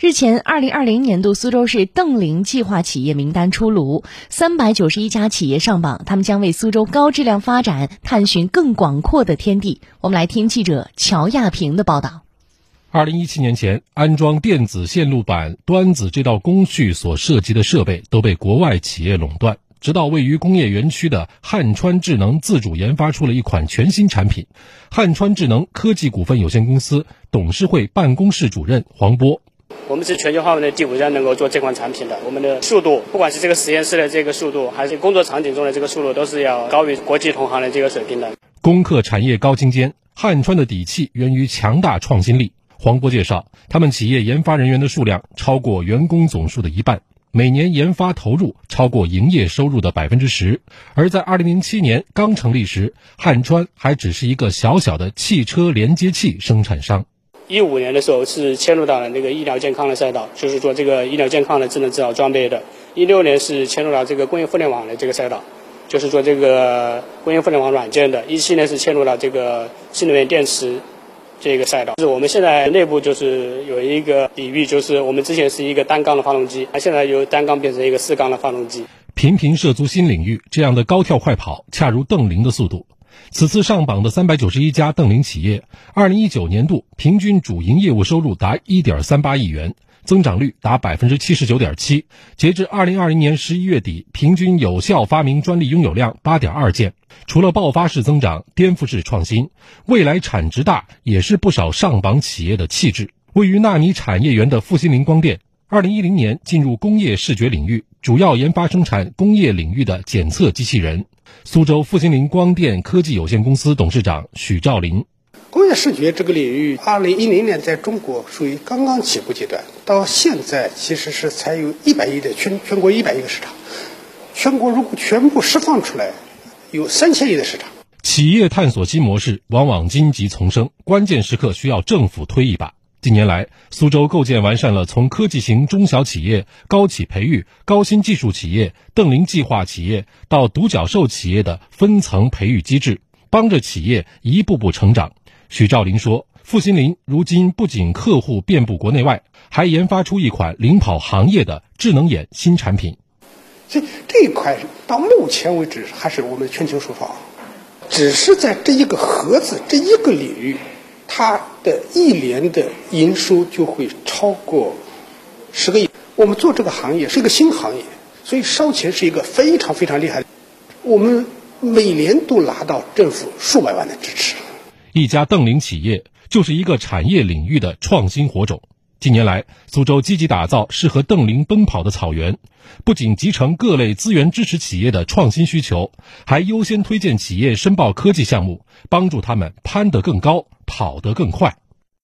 日前，2020年度苏州市邓林计划企业名单出炉，391家企业上榜，他们将为苏州高质量发展探寻更广阔的天地。我们来听记者乔亚平的报道。 2017年前，安装电子线路板端子这道工序所涉及的设备都被国外企业垄断，直到位于工业园区的汉川智能自主研发出了一款全新产品。汉川智能科技股份有限公司董事会办公室主任黄波： 我们是全球范围内第5家能够做这款产品的，我们的速度，不管是这个实验室的这个速度，还是工作场景中的这个速度，都是要高于国际同行的这个水平的。 攻克产业高精尖，汉川的底气源于强大创新力。黄波介绍，他们企业研发人员的数量超过员工总数的1半，每年研发投入超过营业收入的 10%。 而在2007年刚成立时，汉川还只是一个小小的汽车连接器生产商。 15年的时候是切入到了那个医疗健康的赛道，就是做这个医疗健康的智能制造装备的。16年是切入到这个工业互联网的这个赛道，就是做这个工业互联网软件的。17年是切入到这个新能源电池这个赛道。我们现在内部就是有一个比喻，就是我们之前是一个单缸的发动机，现在由单缸变成一个4缸的发动机。 频频涉足新领域，这样的高跳快跑恰如邓林的速度。此次上榜的391家邓林企业，2019年度平均主营业务收入达 1.38 亿元，增长率达 79.7%。 截至2020年11月底，平均有效发明专利拥有量 8.2 件。除了爆发式增长、颠覆式创新，未来产值大也是不少上榜企业的气质。位于纳米产业园的富新林光电2010年进入工业视觉领域，主要研发生产工业领域的检测机器人。苏州富新林光电科技有限公司董事长许兆林： 工业视觉这个领域2010年在中国属于刚刚起步阶段，到现在其实是才有100亿的全国100亿个市场，全国如果全部释放出来，有3000亿的市场。 企业探索新模式往往荆棘丛生，关键时刻需要政府推一把。近年来，苏州构建完善了从科技型中小企业、高企培育、高新技术企业、邓林计划企业到独角兽企业的分层培育机制，帮着企业一步步成长。许兆林说，富新林如今不仅客户遍布国内外，还研发出一款领跑行业的智能眼新产品。 所以这一块到目前为止还是我们全球首创，只是在这一个盒子这一个领域，它的一年的营收就会超过10个亿。我们做这个行业是一个新行业，所以烧钱是一个非常非常厉害的，我们每年都拿到政府数百万的支持。 一家邓林企业就是一个产业领域的创新火种。近年来，苏州积极打造适合邓林奔跑的草原，不仅集成各类资源支持企业的创新需求，还优先推荐企业申报科技项目，帮助他们攀得更高，跑得更快。